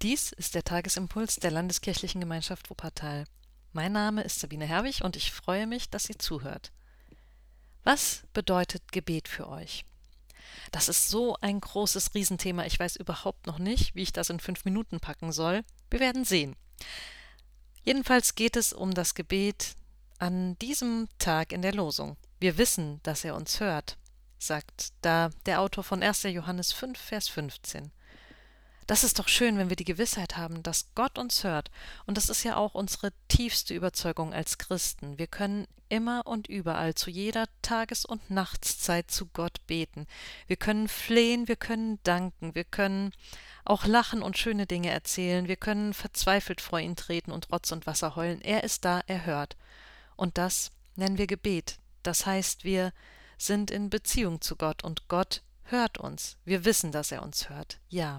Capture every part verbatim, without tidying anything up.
Dies ist der Tagesimpuls der Landeskirchlichen Gemeinschaft Wuppertal. Mein Name ist Sabine Herwig und ich freue mich, dass ihr zuhört. Was bedeutet Gebet für euch? Das ist so ein großes Riesenthema. Ich weiß überhaupt noch nicht, wie ich das in fünf Minuten packen soll. Wir werden sehen. Jedenfalls geht es um das Gebet an diesem Tag in der Losung. Wir wissen, dass er uns hört, sagt da der Autor von erster Johannes fünf, Vers fünfzehn. Das ist doch schön, wenn wir die Gewissheit haben, dass Gott uns hört. Und das ist ja auch unsere tiefste Überzeugung als Christen. Wir können immer und überall zu jeder Tages- und Nachtszeit zu Gott beten. Wir können flehen, wir können danken, wir können auch lachen und schöne Dinge erzählen. Wir können verzweifelt vor ihn treten und Rotz und Wasser heulen. Er ist da, er hört. Und das nennen wir Gebet. Das heißt, wir sind in Beziehung zu Gott und Gott hört uns. Wir wissen, dass er uns hört. Ja.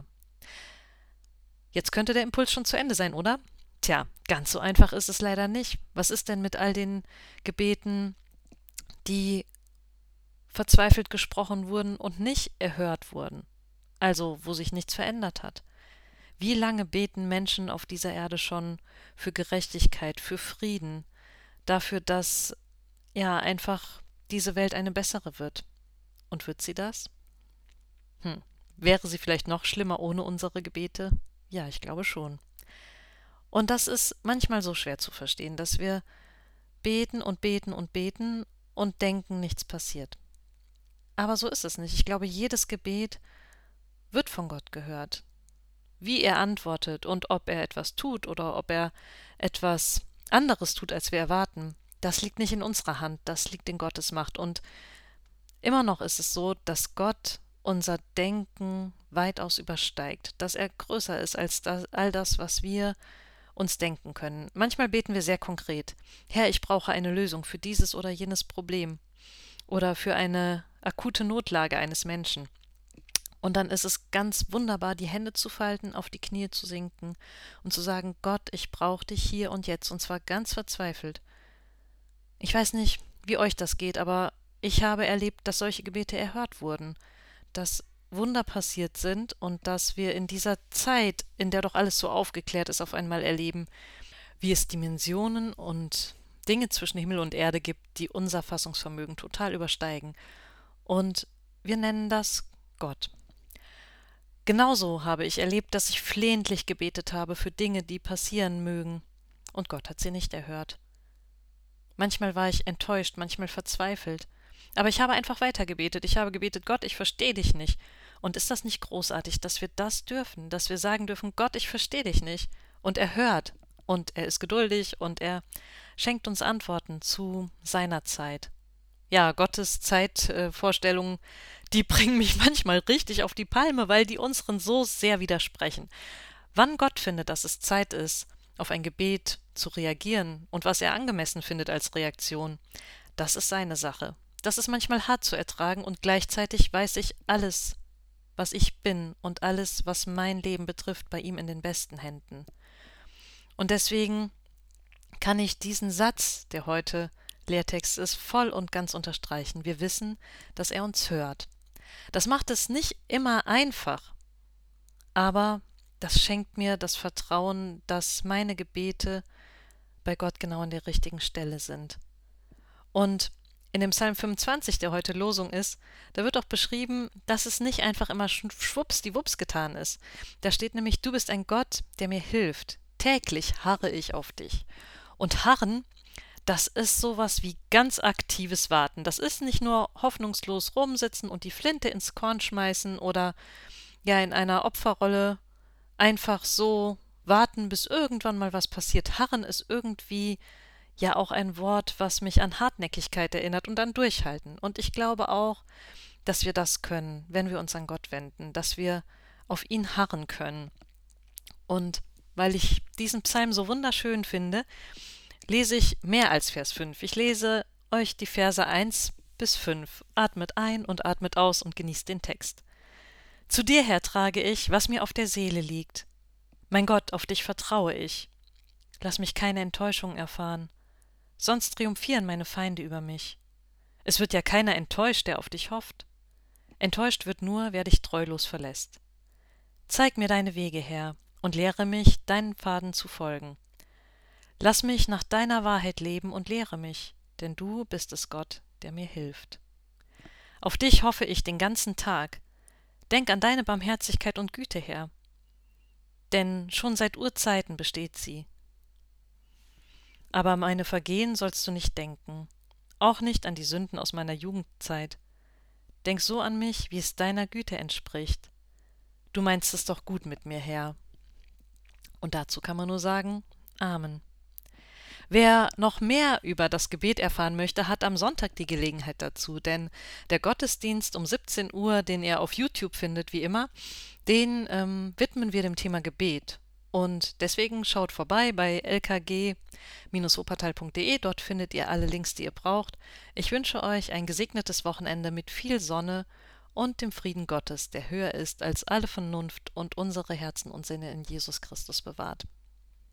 Jetzt könnte der Impuls schon zu Ende sein, oder? Tja, ganz so einfach ist es leider nicht. Was ist denn mit all den Gebeten, die verzweifelt gesprochen wurden und nicht erhört wurden? Also, wo sich nichts verändert hat. Wie lange beten Menschen auf dieser Erde schon für Gerechtigkeit, für Frieden, dafür, dass ja einfach diese Welt eine bessere wird? Und wird sie das? Hm. Wäre sie vielleicht noch schlimmer ohne unsere Gebete? Ja, ich glaube schon. Und das ist manchmal so schwer zu verstehen, dass wir beten und beten und beten und denken, nichts passiert. Aber so ist es nicht. Ich glaube, jedes Gebet wird von Gott gehört. Wie er antwortet und ob er etwas tut oder ob er etwas anderes tut, als wir erwarten, das liegt nicht in unserer Hand, das liegt in Gottes Macht. Und immer noch ist es so, dass Gott unser Denken weitaus übersteigt, dass er größer ist als das, all das, was wir uns denken können. Manchmal beten wir sehr konkret. Herr, ich brauche eine Lösung für dieses oder jenes Problem oder für eine akute Notlage eines Menschen. Und dann ist es ganz wunderbar, die Hände zu falten, auf die Knie zu sinken und zu sagen, Gott, ich brauche dich hier und jetzt, und zwar ganz verzweifelt. Ich weiß nicht, wie euch das geht, aber ich habe erlebt, dass solche Gebete erhört wurden, dass Wunder passiert sind und dass wir in dieser Zeit, in der doch alles so aufgeklärt ist, auf einmal erleben, wie es Dimensionen und Dinge zwischen Himmel und Erde gibt, die unser Fassungsvermögen total übersteigen. Und wir nennen das Gott. Genauso habe ich erlebt, dass ich flehentlich gebetet habe für Dinge, die passieren mögen, und Gott hat sie nicht erhört. Manchmal war ich enttäuscht, manchmal verzweifelt. Aber ich habe einfach weitergebetet. Ich habe gebetet, Gott, ich verstehe dich nicht. Und ist das nicht großartig, dass wir das dürfen, dass wir sagen dürfen, Gott, ich verstehe dich nicht. Und er hört. Und er ist geduldig und er schenkt uns Antworten zu seiner Zeit. Ja, Gottes Zeitvorstellungen, die bringen mich manchmal richtig auf die Palme, weil die unseren so sehr widersprechen. Wann Gott findet, dass es Zeit ist, auf ein Gebet zu reagieren und was er angemessen findet als Reaktion, das ist seine Sache. Das ist manchmal hart zu ertragen und gleichzeitig weiß ich alles, was ich bin und alles, was mein Leben betrifft, bei ihm in den besten Händen. Und deswegen kann ich diesen Satz, der heute Lehrtext ist, voll und ganz unterstreichen. Wir wissen, dass er uns hört. Das macht es nicht immer einfach, aber das schenkt mir das Vertrauen, dass meine Gebete bei Gott genau an der richtigen Stelle sind. Und in dem Psalm fünfundzwanzig, der heute Losung ist, da wird auch beschrieben, dass es nicht einfach immer schwuppsdiwupps getan ist. Da steht nämlich, du bist ein Gott, der mir hilft. Täglich harre ich auf dich. Und harren, das ist sowas wie ganz aktives Warten. Das ist nicht nur hoffnungslos rumsitzen und die Flinte ins Korn schmeißen oder ja in einer Opferrolle einfach so warten, bis irgendwann mal was passiert. Harren ist irgendwie ja auch ein Wort, was mich an Hartnäckigkeit erinnert und an Durchhalten. Und ich glaube auch, dass wir das können, wenn wir uns an Gott wenden, dass wir auf ihn harren können. Und weil ich diesen Psalm so wunderschön finde, lese ich mehr als Vers fünf. Ich lese euch die Verse eins bis fünf. Atmet ein und atmet aus und genießt den Text. Zu dir, Herr, trage ich, was mir auf der Seele liegt. Mein Gott, auf dich vertraue ich. Lass mich keine Enttäuschung erfahren. Sonst triumphieren meine Feinde über mich. Es wird ja keiner enttäuscht, der auf dich hofft. Enttäuscht wird nur, wer dich treulos verlässt. Zeig mir deine Wege, Herr, und lehre mich, deinen Pfaden zu folgen. Lass mich nach deiner Wahrheit leben und lehre mich, denn du bist es, Gott, der mir hilft. Auf dich hoffe ich den ganzen Tag. Denk an deine Barmherzigkeit und Güte, Herr, denn schon seit Urzeiten besteht sie. Aber an meine Vergehen sollst du nicht denken, auch nicht an die Sünden aus meiner Jugendzeit. Denk so an mich, wie es deiner Güte entspricht. Du meinst es doch gut mit mir, Herr. Und dazu kann man nur sagen, Amen. Wer noch mehr über das Gebet erfahren möchte, hat am Sonntag die Gelegenheit dazu, denn der Gottesdienst um siebzehn Uhr, den ihr auf YouTube findet, wie immer, den ähm, widmen wir dem Thema Gebet. Und deswegen schaut vorbei bei l k g Bindestrich wuppertal punkt de, dort findet ihr alle Links, die ihr braucht. Ich wünsche euch ein gesegnetes Wochenende mit viel Sonne und dem Frieden Gottes, der höher ist als alle Vernunft und unsere Herzen und Sinne in Jesus Christus bewahrt.